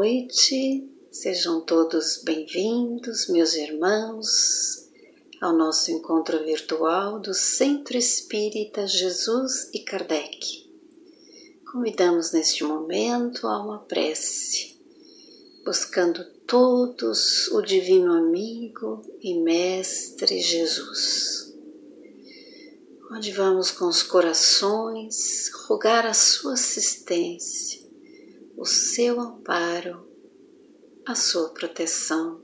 noite, sejam todos bem-vindos, meus irmãos, ao nosso encontro virtual do Centro Espírita Jesus e Kardec. Convidamos neste momento a uma prece, buscando todos o Divino Amigo e Mestre Jesus, onde vamos com os corações rogar a sua assistência, o seu amparo, a sua proteção.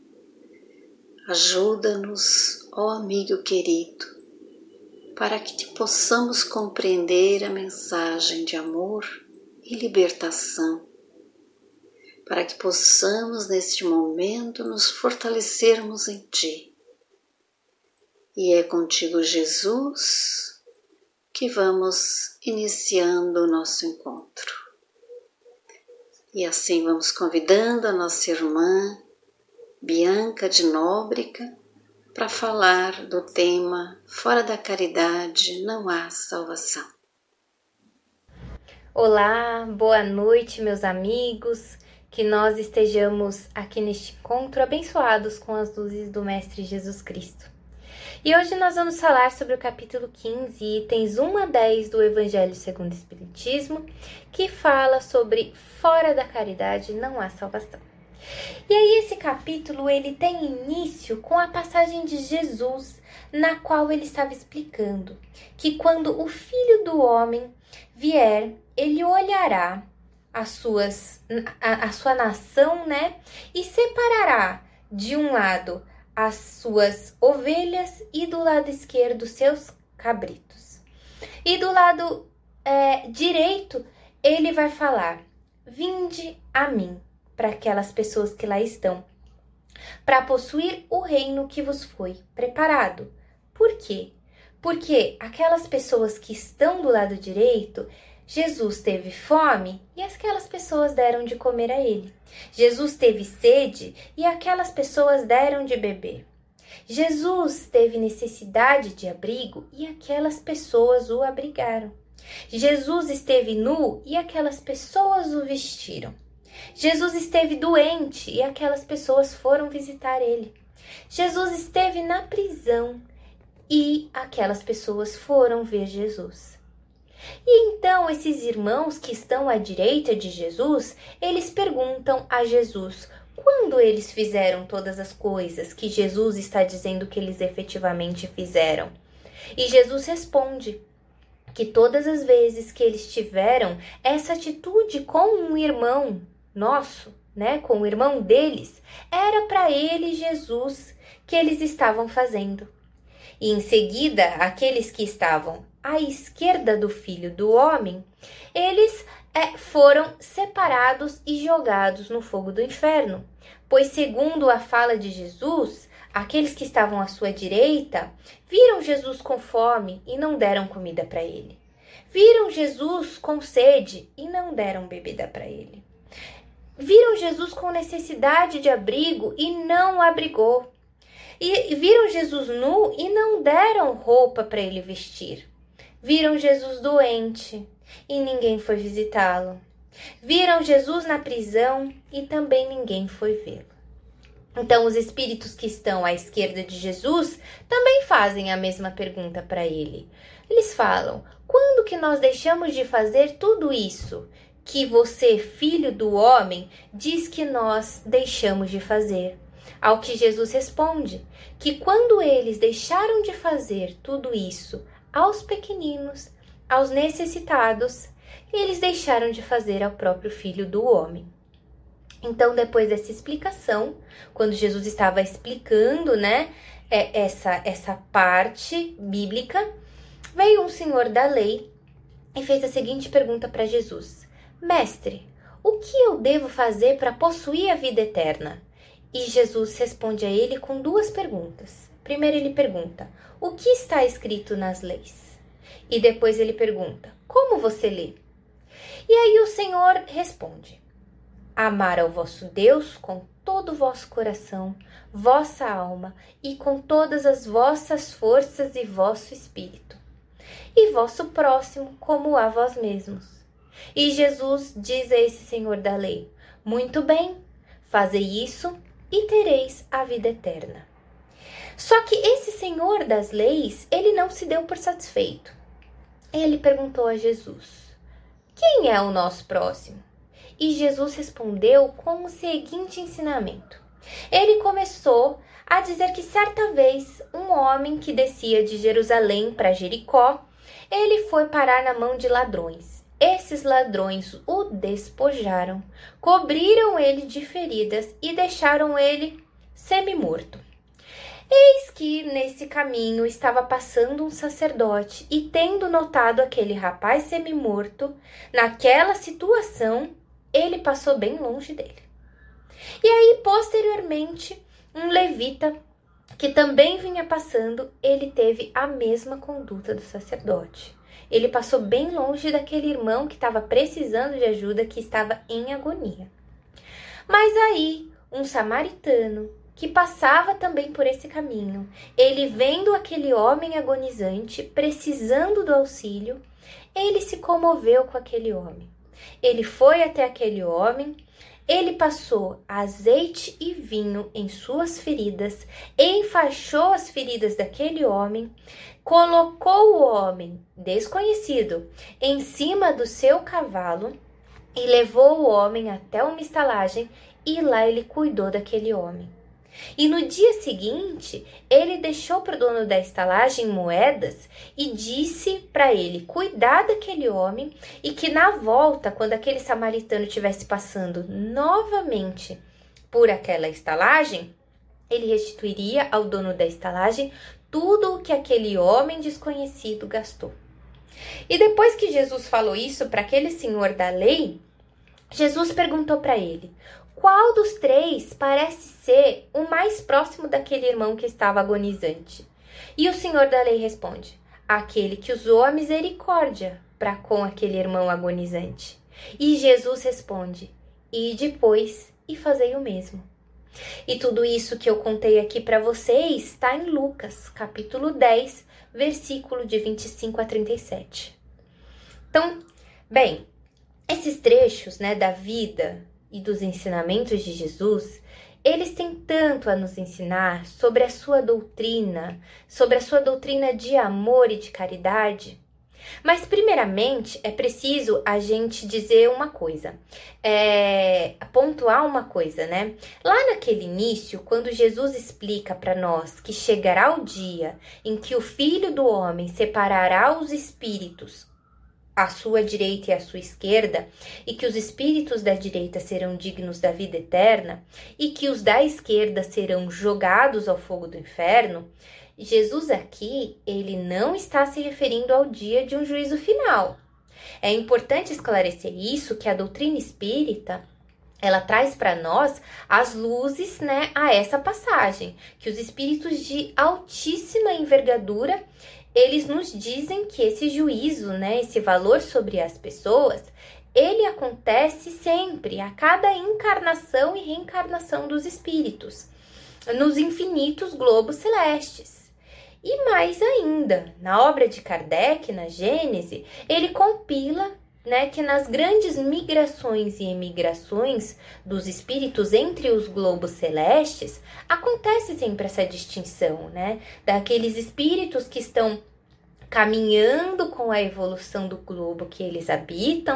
Ajuda-nos, ó amigo querido, para que possamos compreender a mensagem de amor e libertação, para que possamos neste momento nos fortalecermos em Ti. E é contigo, Jesus, que vamos iniciando o nosso encontro. E assim vamos convidando a nossa irmã Bianca de Nóbrega para falar do tema Fora da caridade não há salvação. Olá, boa noite, meus amigos, que nós estejamos aqui neste encontro abençoados com as luzes do Mestre Jesus Cristo. E hoje nós vamos falar sobre o capítulo 15, itens 1 a 10 do Evangelho segundo o Espiritismo, que fala sobre fora da caridade não há salvação. E aí esse capítulo ele tem início com a passagem de Jesus, na qual ele estava explicando que quando o Filho do Homem vier, ele olhará a sua nação, e separará de um lado as suas ovelhas e do lado esquerdo seus cabritos. E do lado direito ele vai falar: vinde a mim, para aquelas pessoas que lá estão, para possuir o reino que vos foi preparado. Por quê? Porque aquelas pessoas que estão do lado direito, Jesus teve fome e aquelas pessoas deram de comer a ele. Jesus teve sede e aquelas pessoas deram de beber. Jesus teve necessidade de abrigo e aquelas pessoas o abrigaram. Jesus esteve nu e aquelas pessoas o vestiram. Jesus esteve doente e aquelas pessoas foram visitar ele. Jesus esteve na prisão e aquelas pessoas foram ver Jesus. E então esses irmãos que estão à direita de Jesus, eles perguntam a Jesus quando eles fizeram todas as coisas que Jesus está dizendo que eles efetivamente fizeram. E Jesus responde que todas as vezes que eles tiveram essa atitude com um irmão nosso, com o irmão deles, era para ele, Jesus, que eles estavam fazendo. E em seguida, aqueles que estavam à esquerda do Filho do Homem, eles foram separados e jogados no fogo do inferno. Pois, segundo a fala de Jesus, aqueles que estavam à sua direita viram Jesus com fome e não deram comida para ele. Viram Jesus com sede e não deram bebida para ele. Viram Jesus com necessidade de abrigo e não o abrigou. E viram Jesus nu e não deram roupa para ele vestir. Viram Jesus doente e ninguém foi visitá-lo. Viram Jesus na prisão e também ninguém foi vê-lo. Então, os espíritos que estão à esquerda de Jesus também fazem a mesma pergunta para ele. Eles falam: quando que nós deixamos de fazer tudo isso que você, Filho do Homem, diz que nós deixamos de fazer? Ao que Jesus responde que quando eles deixaram de fazer tudo isso aos pequeninos, aos necessitados, eles deixaram de fazer ao próprio Filho do Homem. Então, depois dessa explicação, quando Jesus estava explicando, essa parte bíblica, veio um senhor da lei e fez a seguinte pergunta para Jesus: Mestre, o que eu devo fazer para possuir a vida eterna? E Jesus responde a ele com duas perguntas. Primeiro ele pergunta: o que está escrito nas leis? E depois ele pergunta: como você lê? E aí o Senhor responde: amar ao vosso Deus com todo o vosso coração, vossa alma e com todas as vossas forças e vosso espírito, e vosso próximo como a vós mesmos. E Jesus diz a esse senhor da lei: Muito bem, fazei isso e tereis a vida eterna. Só que esse senhor das leis, ele não se deu por satisfeito. Ele perguntou a Jesus: quem é o nosso próximo? E Jesus respondeu com o seguinte ensinamento. Ele começou a dizer que certa vez um homem que descia de Jerusalém para Jericó, ele foi parar na mão de ladrões. Esses ladrões o despojaram, cobriram ele de feridas e deixaram ele semi-morto. Eis que nesse caminho estava passando um sacerdote e, tendo notado aquele rapaz semi-morto, naquela situação, ele passou bem longe dele. E aí, posteriormente, um levita que também vinha passando, ele teve a mesma conduta do sacerdote. Ele passou bem longe daquele irmão que estava precisando de ajuda, que estava em agonia. Mas aí, um samaritano que passava também por esse caminho, ele vendo aquele homem agonizante, precisando do auxílio, ele se comoveu com aquele homem. Ele foi até aquele homem, ele passou azeite e vinho em suas feridas, enfaixou as feridas daquele homem, colocou o homem desconhecido em cima do seu cavalo e levou o homem até uma estalagem e lá ele cuidou daquele homem. E no dia seguinte, ele deixou para o dono da estalagem moedas e disse para ele cuidar daquele homem e que na volta, quando aquele samaritano estivesse passando novamente por aquela estalagem, ele restituiria ao dono da estalagem tudo o que aquele homem desconhecido gastou. E depois que Jesus falou isso para aquele senhor da lei, Jesus perguntou para ele: qual dos três parece ser o mais próximo daquele irmão que estava agonizante? E o senhor da lei responde: aquele que usou a misericórdia para com aquele irmão agonizante. E Jesus responde: e depois e fazei o mesmo. E tudo isso que eu contei aqui para vocês está em Lucas, capítulo 10, versículo de 25 a 37. Então, bem, esses trechos, da vida e dos ensinamentos de Jesus, eles têm tanto a nos ensinar sobre a sua doutrina de amor e de caridade. Mas, primeiramente, é preciso a gente dizer uma coisa, pontuar uma coisa, Lá naquele início, quando Jesus explica para nós que chegará o dia em que o Filho do Homem separará os espíritos à sua direita e à sua esquerda, e que os espíritos da direita serão dignos da vida eterna, e que os da esquerda serão jogados ao fogo do inferno, Jesus aqui, ele não está se referindo ao dia de um juízo final. É importante esclarecer isso, que a doutrina espírita, ela traz para nós as luzes, a essa passagem, que os espíritos de altíssima envergadura, eles nos dizem que esse juízo, esse valor sobre as pessoas, ele acontece sempre, a cada encarnação e reencarnação dos espíritos, nos infinitos globos celestes. E mais ainda, na obra de Kardec, na Gênese, ele compila, que nas grandes migrações e emigrações dos espíritos entre os globos celestes, acontece sempre essa distinção, daqueles espíritos que estão caminhando com a evolução do globo que eles habitam,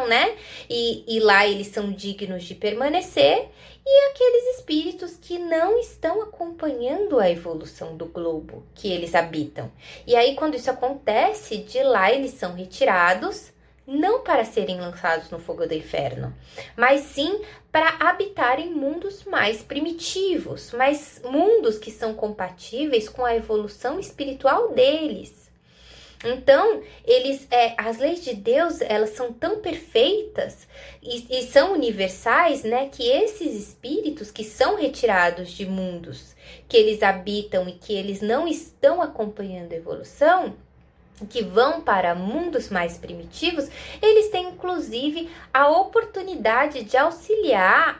e lá eles são dignos de permanecer, e aqueles espíritos que não estão acompanhando a evolução do globo que eles habitam. E aí, quando isso acontece, de lá eles são retirados, não para serem lançados no fogo do inferno, mas sim para habitar em mundos mais primitivos, mas mundos que são compatíveis com a evolução espiritual deles. Então, as leis de Deus, elas são tão perfeitas e são universais, que esses espíritos que são retirados de mundos que eles habitam e que eles não estão acompanhando a evolução, que vão para mundos mais primitivos, eles têm inclusive a oportunidade de auxiliar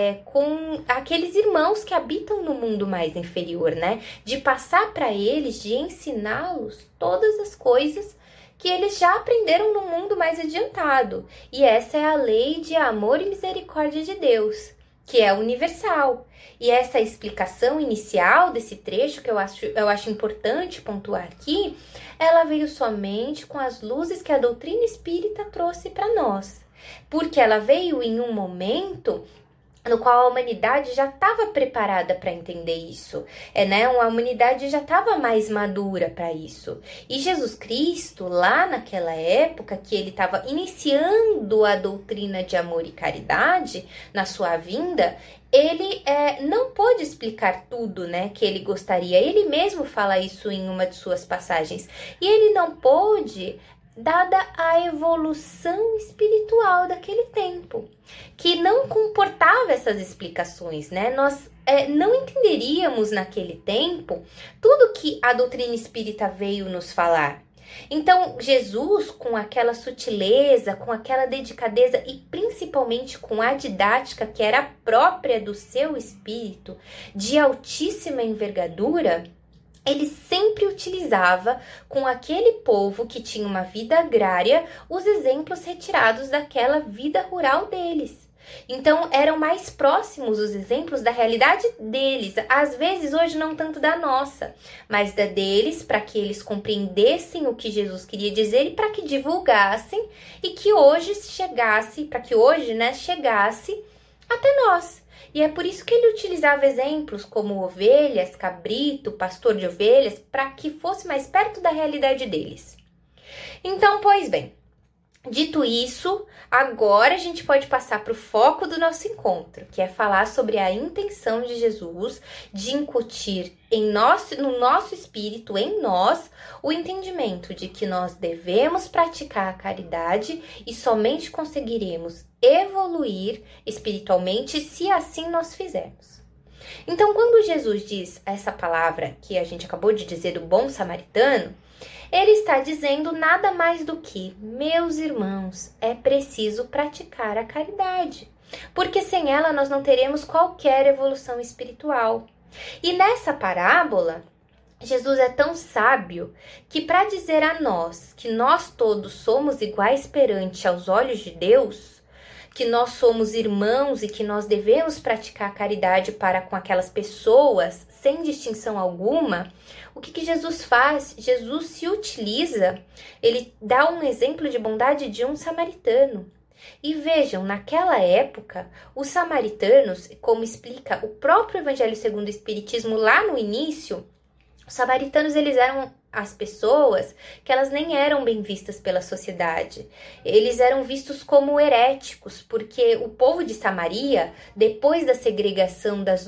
com aqueles irmãos que habitam no mundo mais inferior, de passar para eles, de ensiná-los todas as coisas que eles já aprenderam no mundo mais adiantado. E essa é a lei de amor e misericórdia de Deus. que é universal. E essa explicação inicial desse trecho, que eu acho importante pontuar aqui, ela veio somente com as luzes que a doutrina espírita trouxe para nós. Porque ela veio em um momento no qual a humanidade já estava preparada para entender isso, a humanidade já estava mais madura para isso. E Jesus Cristo, lá naquela época que ele estava iniciando a doutrina de amor e caridade, na sua vinda, ele não pôde explicar tudo, que ele gostaria. Ele mesmo fala isso em uma de suas passagens. E ele não pôde, dada a evolução espiritual daquele tempo, que não comportava essas explicações, Nós não entenderíamos naquele tempo tudo que a doutrina espírita veio nos falar. Então, Jesus, com aquela sutileza, com aquela delicadeza e principalmente com a didática que era própria do seu espírito, de altíssima envergadura, ele sempre utilizava com aquele povo que tinha uma vida agrária os exemplos retirados daquela vida rural deles. Então, eram mais próximos os exemplos da realidade deles, às vezes hoje não tanto da nossa, mas da deles, para que eles compreendessem o que Jesus queria dizer e para que divulgassem e que hoje chegasse até nós. E é por isso que ele utilizava exemplos como ovelhas, cabrito, pastor de ovelhas, para que fosse mais perto da realidade deles. Então, pois bem, dito isso, agora a gente pode passar para o foco do nosso encontro, que é falar sobre a intenção de Jesus de incutir no nosso espírito, em nós, o entendimento de que nós devemos praticar a caridade e somente conseguiremos evoluir espiritualmente se assim nós fizermos. Então, quando Jesus diz essa palavra que a gente acabou de dizer do bom samaritano, ele está dizendo nada mais do que, meus irmãos, é preciso praticar a caridade, porque sem ela nós não teremos qualquer evolução espiritual. E nessa parábola, Jesus é tão sábio que para dizer a nós que nós todos somos iguais perante aos olhos de Deus, que nós somos irmãos e que nós devemos praticar a caridade para com aquelas pessoas sem distinção alguma, o que Jesus faz? Jesus se utiliza, ele dá um exemplo de bondade de um samaritano. E vejam, naquela época, os samaritanos, como explica o próprio Evangelho segundo o Espiritismo lá no início, os samaritanos eles eram as pessoas que elas nem eram bem vistas pela sociedade. Eles eram vistos como heréticos, porque o povo de Samaria, depois da segregação das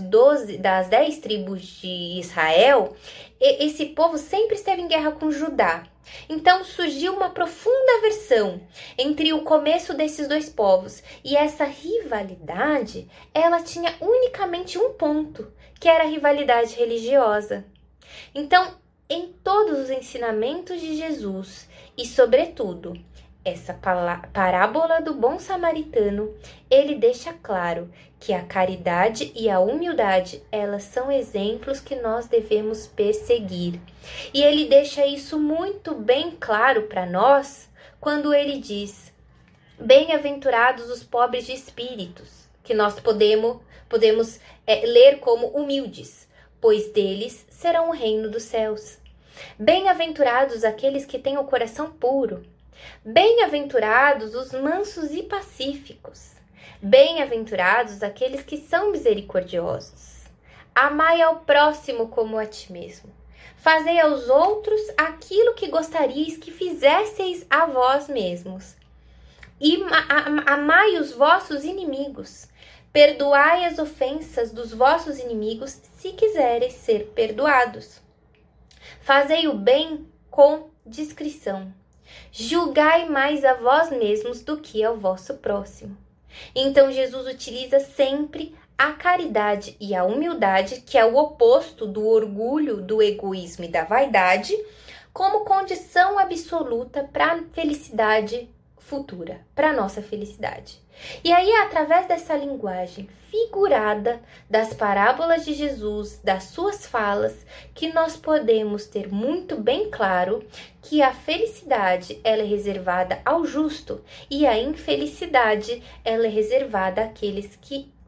10 tribos de Israel, esse povo sempre esteve em guerra com Judá. Então surgiu uma profunda aversão entre o começo desses dois povos, e essa rivalidade, ela tinha unicamente um ponto, que era a rivalidade religiosa. Então, em todos os ensinamentos de Jesus e, sobretudo, essa parábola do bom samaritano, ele deixa claro que a caridade e a humildade, elas são exemplos que nós devemos perseguir. E ele deixa isso muito bem claro para nós quando ele diz: bem-aventurados os pobres de espíritos, que nós podemos ler como humildes, pois deles serão o reino dos céus. Bem-aventurados aqueles que têm o coração puro. Bem-aventurados os mansos e pacíficos. Bem-aventurados aqueles que são misericordiosos. Amai ao próximo como a ti mesmo. Fazei aos outros aquilo que gostaríeis que fizesseis a vós mesmos. E amai os vossos inimigos. Perdoai as ofensas dos vossos inimigos, se quisereis ser perdoados. Fazei o bem com discrição. Julgai mais a vós mesmos do que ao vosso próximo. Então Jesus utiliza sempre a caridade e a humildade, que é o oposto do orgulho, do egoísmo e da vaidade, como condição absoluta para a felicidade futura, para a nossa felicidade. E aí, através dessa linguagem figurada das parábolas de Jesus, das suas falas, que nós podemos ter muito bem claro que a felicidade ela é reservada ao justo e a infelicidade ela é reservada àqueles que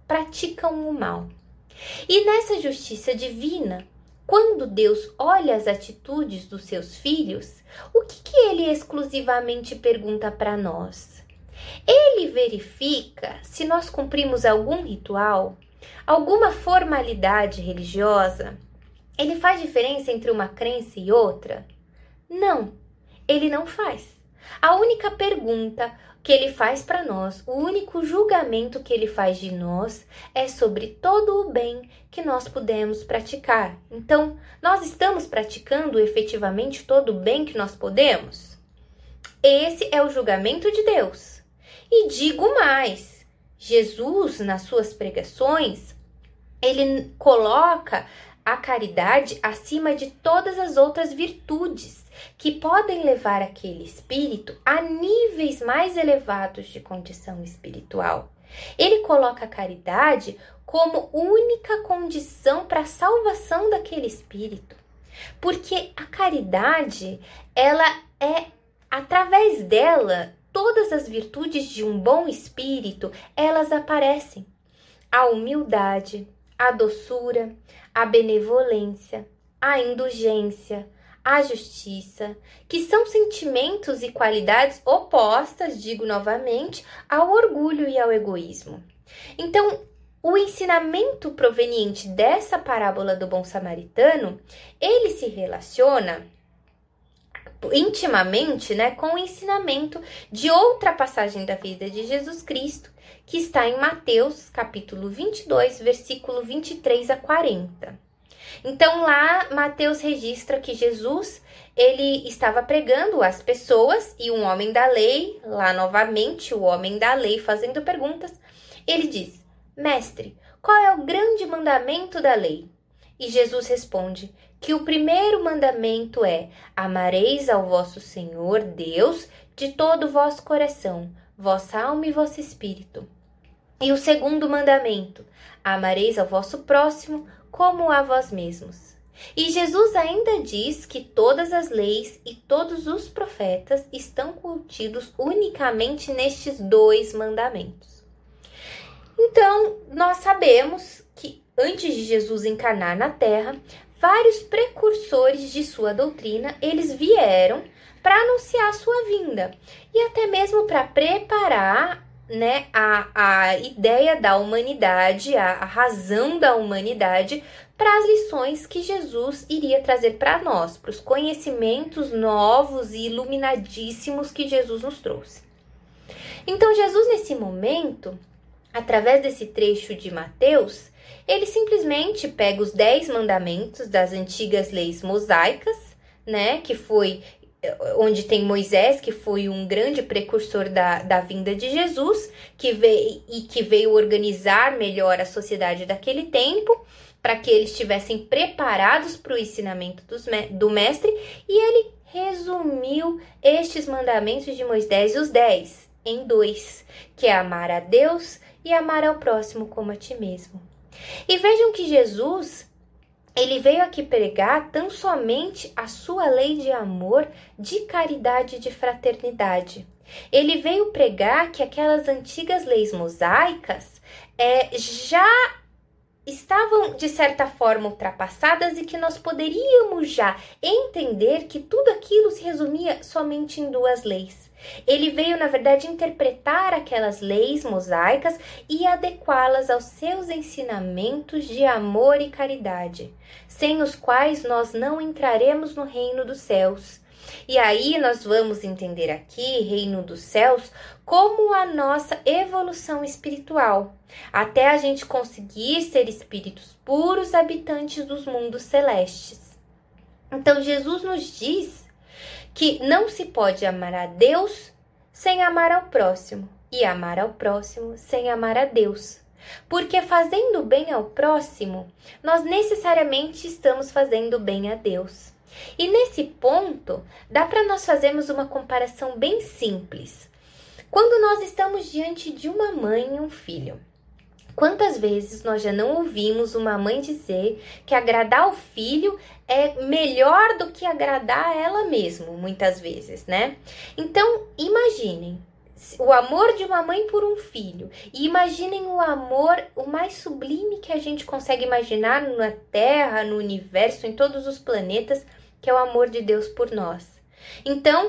praticam o mal. E nessa justiça divina, quando Deus olha as atitudes dos seus filhos, o que ele exclusivamente pergunta para nós? Ele verifica se nós cumprimos algum ritual, alguma formalidade religiosa. Ele faz diferença entre uma crença e outra? Não, ele não faz. A única pergunta que ele faz para nós, o único julgamento que ele faz de nós é sobre todo o bem que nós podemos praticar. Então, nós estamos praticando efetivamente todo o bem que nós podemos? Esse é o julgamento de Deus. E digo mais, Jesus, nas suas pregações, ele coloca a caridade acima de todas as outras virtudes que podem levar aquele espírito a níveis mais elevados de condição espiritual. Ele coloca a caridade como única condição para a salvação daquele espírito. Porque a caridade, ela é, através dela, todas as virtudes de um bom espírito, elas aparecem. A humildade, a doçura, a benevolência, a indulgência, a justiça, que são sentimentos e qualidades opostas, digo novamente, ao orgulho e ao egoísmo. Então, o ensinamento proveniente dessa parábola do bom samaritano, ele se relaciona intimamente, com o ensinamento de outra passagem da vida de Jesus Cristo, que está em Mateus, capítulo 22, versículo 23 a 40. Então lá Mateus registra que Jesus, ele estava pregando às pessoas e um homem da lei, lá novamente o homem da lei fazendo perguntas, ele diz: Mestre, qual é o grande mandamento da lei? E Jesus responde que o primeiro mandamento é: amareis ao vosso Senhor Deus de todo o vosso coração, vossa alma e vosso espírito. E o segundo mandamento: amareis ao vosso próximo como a vós mesmos. E Jesus ainda diz que todas as leis e todos os profetas estão contidos unicamente nestes dois mandamentos. Então, nós sabemos que antes de Jesus encarnar na Terra, vários precursores de sua doutrina, eles vieram para anunciar a sua vinda e até mesmo para preparar a ideia da humanidade, a razão da humanidade para as lições que Jesus iria trazer para nós, para os conhecimentos novos e iluminadíssimos que Jesus nos trouxe. Então, Jesus, nesse momento, através desse trecho de Mateus, ele simplesmente pega os 10 mandamentos das antigas leis mosaicas, que foi onde tem Moisés, que foi um grande precursor da vinda de Jesus, que veio organizar melhor a sociedade daquele tempo, para que eles estivessem preparados para o ensinamento do mestre, e ele resumiu estes mandamentos de Moisés, os 10, em 2, que é amar a Deus e amar ao próximo como a ti mesmo. E vejam que Jesus, ele veio aqui pregar tão somente a sua lei de amor, de caridade e de fraternidade. Ele veio pregar que aquelas antigas leis mosaicas já estavam, de certa forma, ultrapassadas e que nós poderíamos já entender que tudo aquilo se resumia somente em 2 leis. Ele veio, na verdade, interpretar aquelas leis mosaicas e adequá-las aos seus ensinamentos de amor e caridade, sem os quais nós não entraremos no reino dos céus. E aí nós vamos entender aqui, reino dos céus, como a nossa evolução espiritual, até a gente conseguir ser espíritos puros, habitantes dos mundos celestes. Então Jesus nos diz que não se pode amar a Deus sem amar ao próximo, e amar ao próximo sem amar a Deus. Porque fazendo bem ao próximo, nós necessariamente estamos fazendo bem a Deus. E nesse ponto, dá para nós fazermos uma comparação bem simples. Quando nós estamos diante de uma mãe e um filho, quantas vezes nós já não ouvimos uma mãe dizer que agradar o filho é melhor do que agradar ela mesma, muitas vezes, Então, imaginem, o amor de uma mãe por um filho. E imaginem o amor, o mais sublime que a gente consegue imaginar na Terra, no universo, em todos os planetas, que é o amor de Deus por nós. Então,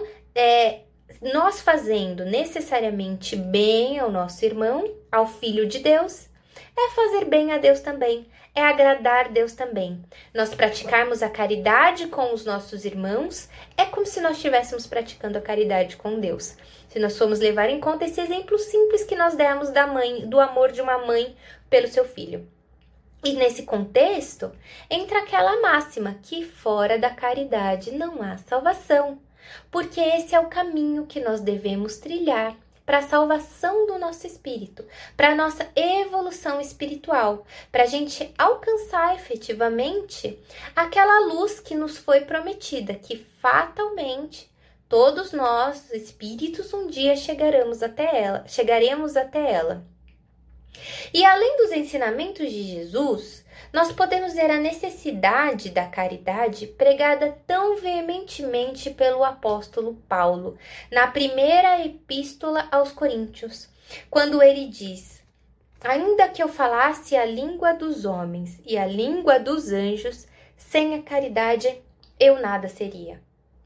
nós fazendo necessariamente bem ao nosso irmão, ao Filho de Deus, é fazer bem a Deus também, é agradar Deus também. Nós praticarmos a caridade com os nossos irmãos é como se nós estivéssemos praticando a caridade com Deus. Se nós formos levar em conta esse exemplo simples que nós demos da mãe, do amor de uma mãe pelo seu filho. E nesse contexto, entra aquela máxima que fora da caridade não há salvação, porque esse é o caminho que nós devemos trilhar para a salvação do nosso espírito, para a nossa evolução espiritual, para a gente alcançar efetivamente aquela luz que nos foi prometida, que fatalmente todos nós, espíritos, um dia chegaremos até ela. E além dos ensinamentos de Jesus, nós podemos ver a necessidade da caridade pregada tão veementemente pelo apóstolo Paulo, na primeira epístola aos Coríntios, quando ele diz: ainda que eu falasse a língua dos homens e a língua dos anjos, sem a caridade eu nada seria.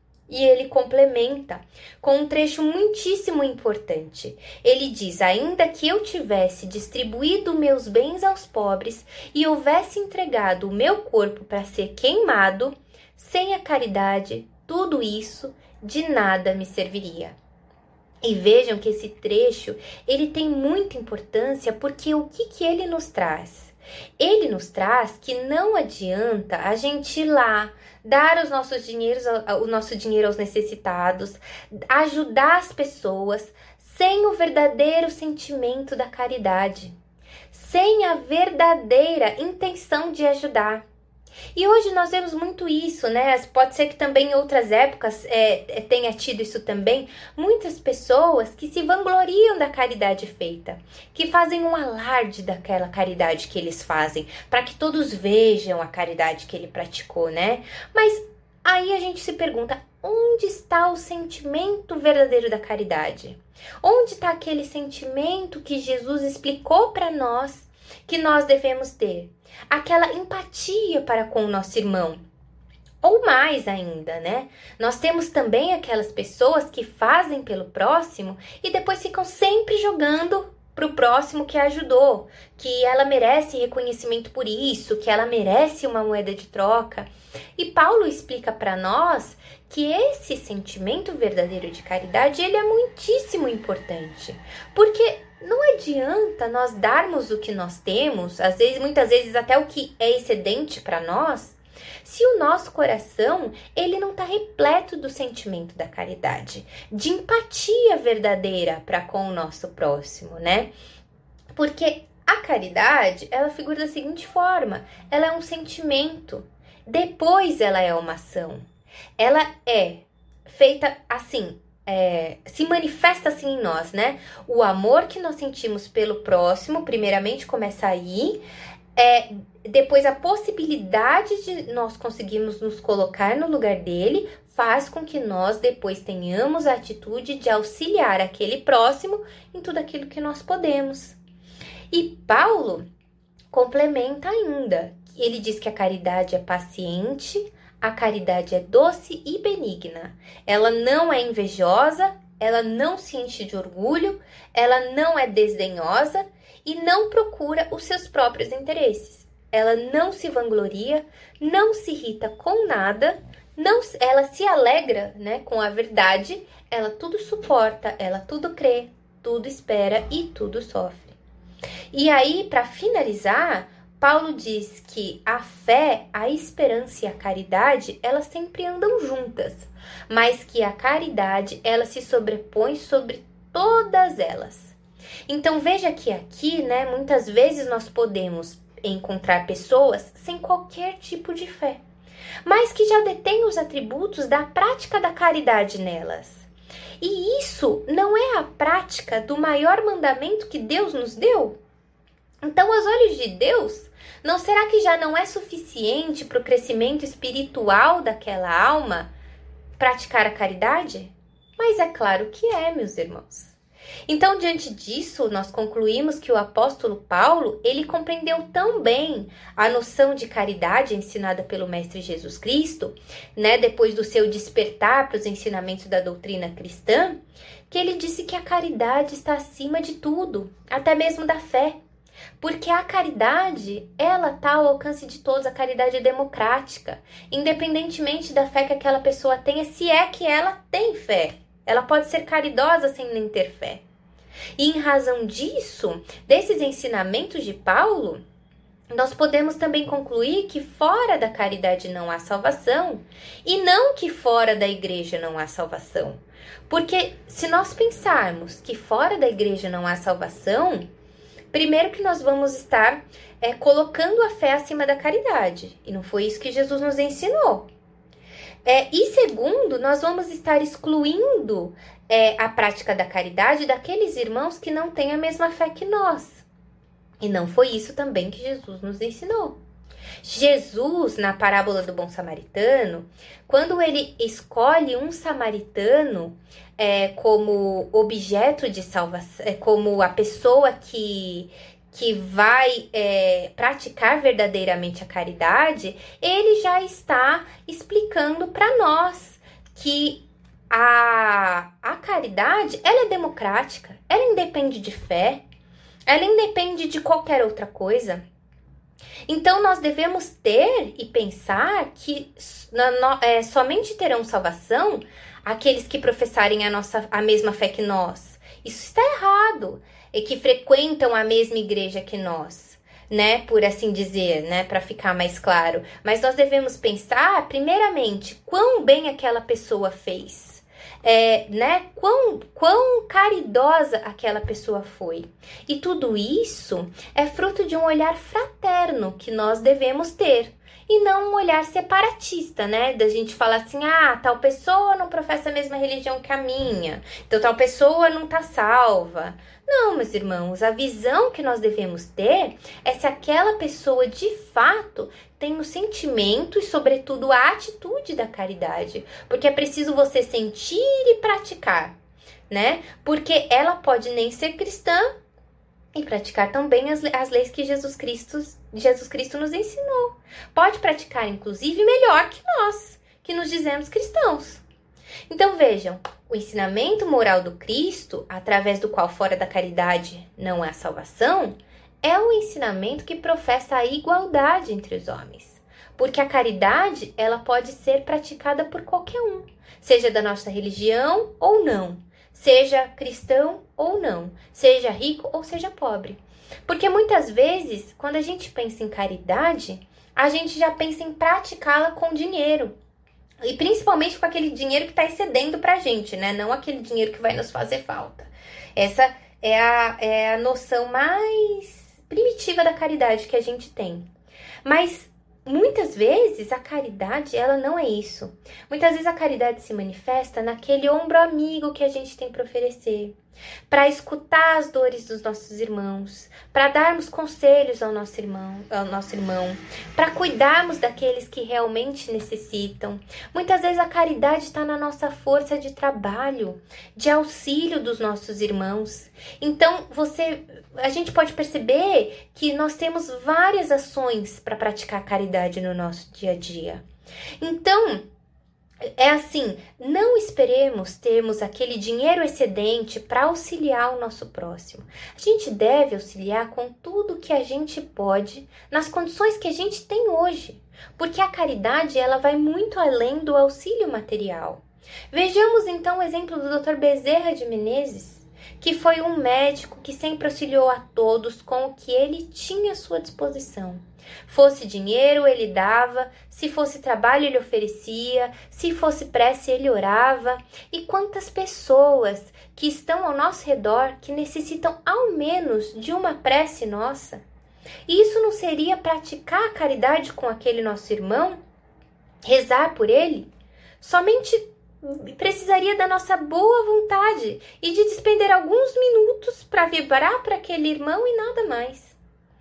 E ele complementa com um trecho muitíssimo importante. Ele diz: ainda que eu tivesse distribuído meus bens aos pobres e houvesse entregado o meu corpo para ser queimado, sem a caridade, tudo isso de nada me serviria. E vejam que esse trecho, ele tem muita importância, porque o que ele nos traz? Ele nos traz que não adianta a gente ir lá, dar o nosso dinheiro aos necessitados, ajudar as pessoas, sem o verdadeiro sentimento da caridade, sem a verdadeira intenção de ajudar. E hoje nós vemos muito isso, né? Pode ser que também em outras épocas tenha tido isso também. Muitas pessoas que se vangloriam da caridade feita, que fazem um alarde daquela caridade que eles fazem, para que todos vejam a caridade que ele praticou, né? Mas aí a gente se pergunta, onde está o sentimento verdadeiro da caridade? Onde está aquele sentimento que Jesus explicou para nós que nós devemos ter? Aquela empatia para com o nosso irmão. Ou mais ainda, né? Nós temos também aquelas pessoas que fazem pelo próximo e depois ficam sempre jogando para o próximo que a ajudou, que ela merece reconhecimento por isso, que ela merece uma moeda de troca. E Paulo explica para nós que esse sentimento verdadeiro de caridade, ele é muitíssimo importante, porque não adianta nós darmos o que nós temos, muitas vezes até o que é excedente para nós, se o nosso coração ele não está repleto do sentimento da caridade, de empatia verdadeira para com o nosso próximo, né? Porque a caridade, ela figura da seguinte forma: ela é um sentimento, depois ela é uma ação. Ela é feita assim, se manifesta assim em nós, né? O amor que nós sentimos pelo próximo, primeiramente começa aí, depois a possibilidade de nós conseguirmos nos colocar no lugar dele, faz com que nós depois tenhamos a atitude de auxiliar aquele próximo em tudo aquilo que nós podemos. E Paulo complementa ainda, ele diz que a caridade é paciente, a caridade é doce e benigna. Ela não é invejosa, ela não se enche de orgulho, ela não é desdenhosa e não procura os seus próprios interesses. Ela não se vangloria, não se irrita com nada, ela se alegra, né, com a verdade, ela tudo suporta, ela tudo crê, tudo espera e tudo sofre. E aí, para finalizar, Paulo diz que a fé, a esperança e a caridade, elas sempre andam juntas, mas que a caridade, ela se sobrepõe sobre todas elas. Então veja que aqui, né, muitas vezes nós podemos encontrar pessoas sem qualquer tipo de fé, mas que já detêm os atributos da prática da caridade nelas. E isso não é a prática do maior mandamento que Deus nos deu? Então, aos olhos de Deus, não será que já não é suficiente para o crescimento espiritual daquela alma praticar a caridade? Mas é claro que é, meus irmãos. Então, diante disso, nós concluímos que o apóstolo Paulo, ele compreendeu tão bem a noção de caridade ensinada pelo Mestre Jesus Cristo, né, depois do seu despertar para os ensinamentos da doutrina cristã, que ele disse que a caridade está acima de tudo, até mesmo da fé. Porque a caridade, ela está ao alcance de todos, a caridade é democrática, independentemente da fé que aquela pessoa tenha, se é que ela tem fé. Ela pode ser caridosa sem nem ter fé. E em razão disso, desses ensinamentos de Paulo, nós podemos também concluir que fora da caridade não há salvação, e não que fora da igreja não há salvação. Porque se nós pensarmos que fora da igreja não há salvação, primeiro que nós vamos estar colocando a fé acima da caridade. E não foi isso que Jesus nos ensinou. E segundo, nós vamos estar excluindo a prática da caridade daqueles irmãos que não têm a mesma fé que nós. E não foi isso também que Jesus nos ensinou. Jesus, na parábola do bom samaritano, quando ele escolhe um samaritano como objeto de salvação, como a pessoa que vai praticar verdadeiramente a caridade, ele já está explicando para nós que a caridade, ela é democrática, ela independe de fé, ela independe de qualquer outra coisa. Então, nós devemos ter e pensar que somente terão salvação aqueles que professarem a mesma fé que nós. Isso está errado. E que frequentam a mesma igreja que nós, né? Por assim dizer, né? Para ficar mais claro. Mas nós devemos pensar, primeiramente, quão bem aquela pessoa fez. Né? Quão caridosa aquela pessoa foi. E tudo isso é fruto de um olhar fraterno que nós devemos ter. E não um olhar separatista, né? Da gente falar assim, tal pessoa não professa a mesma religião que a minha, então tal pessoa não tá salva. Não, meus irmãos, a visão que nós devemos ter é se aquela pessoa de fato tem o sentimento e, sobretudo, a atitude da caridade. Porque é preciso você sentir e praticar, né? Porque ela pode nem ser cristã e praticar também as leis que Jesus Cristo nos ensinou. Pode praticar, inclusive, melhor que nós, que nos dizemos cristãos. Então, vejam, o ensinamento moral do Cristo, através do qual fora da caridade não há salvação, é um ensinamento que professa a igualdade entre os homens. Porque a caridade, ela pode ser praticada por qualquer um, seja da nossa religião ou não, seja cristão ou não, seja rico ou seja pobre. Porque muitas vezes, quando a gente pensa em caridade, a gente já pensa em praticá-la com dinheiro. E principalmente com aquele dinheiro que está excedendo para a gente, né? Não aquele dinheiro que vai nos fazer falta. Essa é a noção mais primitiva da caridade que a gente tem. Mas muitas vezes a caridade, ela não é isso. Muitas vezes a caridade se manifesta naquele ombro amigo que a gente tem para oferecer, para escutar as dores dos nossos irmãos, para darmos conselhos ao nosso irmão, para cuidarmos daqueles que realmente necessitam. Muitas vezes a caridade está na nossa força de trabalho, de auxílio dos nossos irmãos. Então, a gente pode perceber que nós temos várias ações para praticar a caridade no nosso dia a dia. Então, é assim, não esperemos termos aquele dinheiro excedente para auxiliar o nosso próximo. A gente deve auxiliar com tudo que a gente pode, nas condições que a gente tem hoje. Porque a caridade, ela vai muito além do auxílio material. Vejamos então o exemplo do Dr. Bezerra de Menezes, que foi um médico que sempre auxiliou a todos com o que ele tinha à sua disposição. Fosse dinheiro, ele dava, se fosse trabalho, ele oferecia, se fosse prece, ele orava. E quantas pessoas que estão ao nosso redor que necessitam ao menos de uma prece nossa? E isso não seria praticar a caridade com aquele nosso irmão? Rezar por ele? Somente precisaria da nossa boa vontade e de despender alguns minutos para vibrar para aquele irmão e nada mais.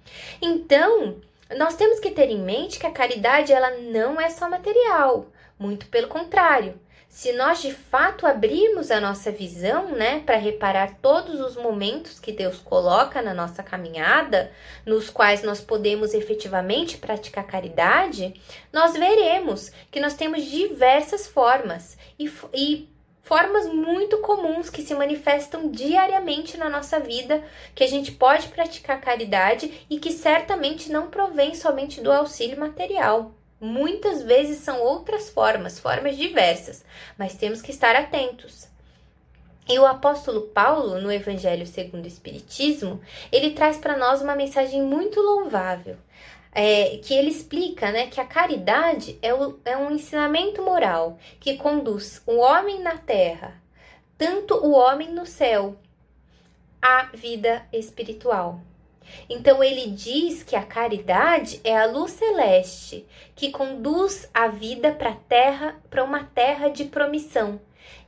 Então, nós temos que ter em mente que a caridade, ela não é só material, muito pelo contrário. se nós de fato abrirmos a nossa visão, né, para reparar todos os momentos que Deus coloca na nossa caminhada, nos quais nós podemos efetivamente praticar caridade, nós veremos que nós temos diversas formas e formas muito comuns que se manifestam diariamente na nossa vida, que a gente pode praticar caridade e que certamente não provém somente do auxílio material. Muitas vezes são outras formas diversas, mas temos que estar atentos. E o apóstolo Paulo, no Evangelho segundo o Espiritismo, ele traz para nós uma mensagem muito louvável, que ele explica, né, que a caridade é um ensinamento moral que conduz o homem na terra, tanto o homem no céu, à vida espiritual. Então ele diz que a caridade é a luz celeste que conduz a vida para uma terra de promissão.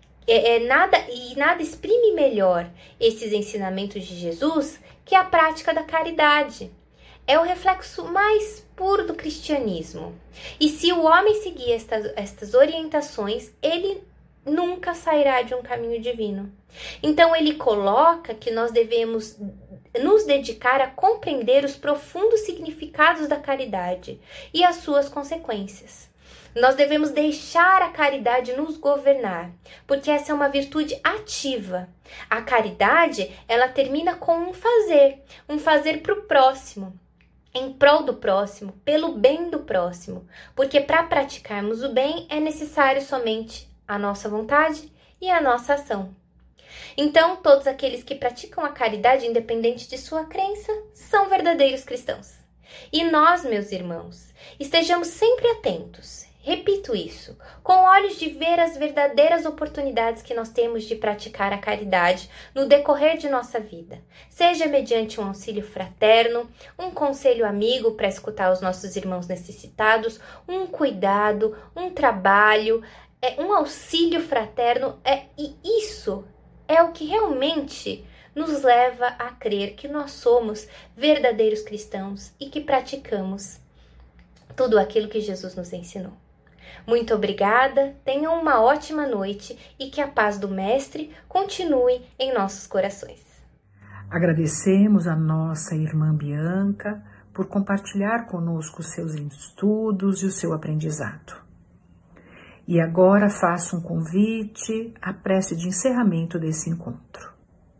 Nada exprime melhor esses ensinamentos de Jesus que a prática da caridade. É o reflexo mais puro do cristianismo. E se o homem seguir estas orientações, ele nunca sairá de um caminho divino. Então ele coloca que nós devemos nos dedicar a compreender os profundos significados da caridade e as suas consequências. Nós devemos deixar a caridade nos governar, porque essa é uma virtude ativa. A caridade, ela termina com um fazer para o próximo, em prol do próximo, pelo bem do próximo, porque para praticarmos o bem é necessário somente a nossa vontade e a nossa ação. Então, todos aqueles que praticam a caridade, independente de sua crença, são verdadeiros cristãos. E nós, meus irmãos, estejamos sempre atentos, repito isso, com olhos de ver as verdadeiras oportunidades que nós temos de praticar a caridade no decorrer de nossa vida, seja mediante um auxílio fraterno, um conselho amigo para escutar os nossos irmãos necessitados, um cuidado, um trabalho, um auxílio fraterno, e isso é o que realmente nos leva a crer que nós somos verdadeiros cristãos e que praticamos tudo aquilo que Jesus nos ensinou. Muito obrigada, tenham uma ótima noite e que a paz do Mestre continue em nossos corações. Agradecemos a nossa irmã Bianca por compartilhar conosco os seus estudos e o seu aprendizado. E agora faço um convite à prece de encerramento desse encontro.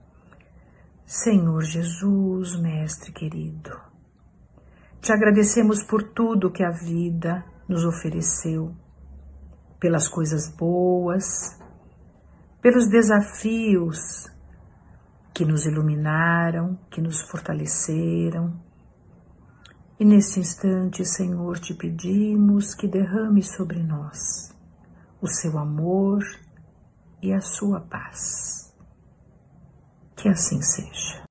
Senhor Jesus, Mestre querido, te agradecemos por tudo que a vida nos ofereceu, pelas coisas boas, pelos desafios que nos iluminaram, que nos fortaleceram. E nesse instante, Senhor, te pedimos que derrame sobre nós o seu amor e a sua paz. Que assim seja.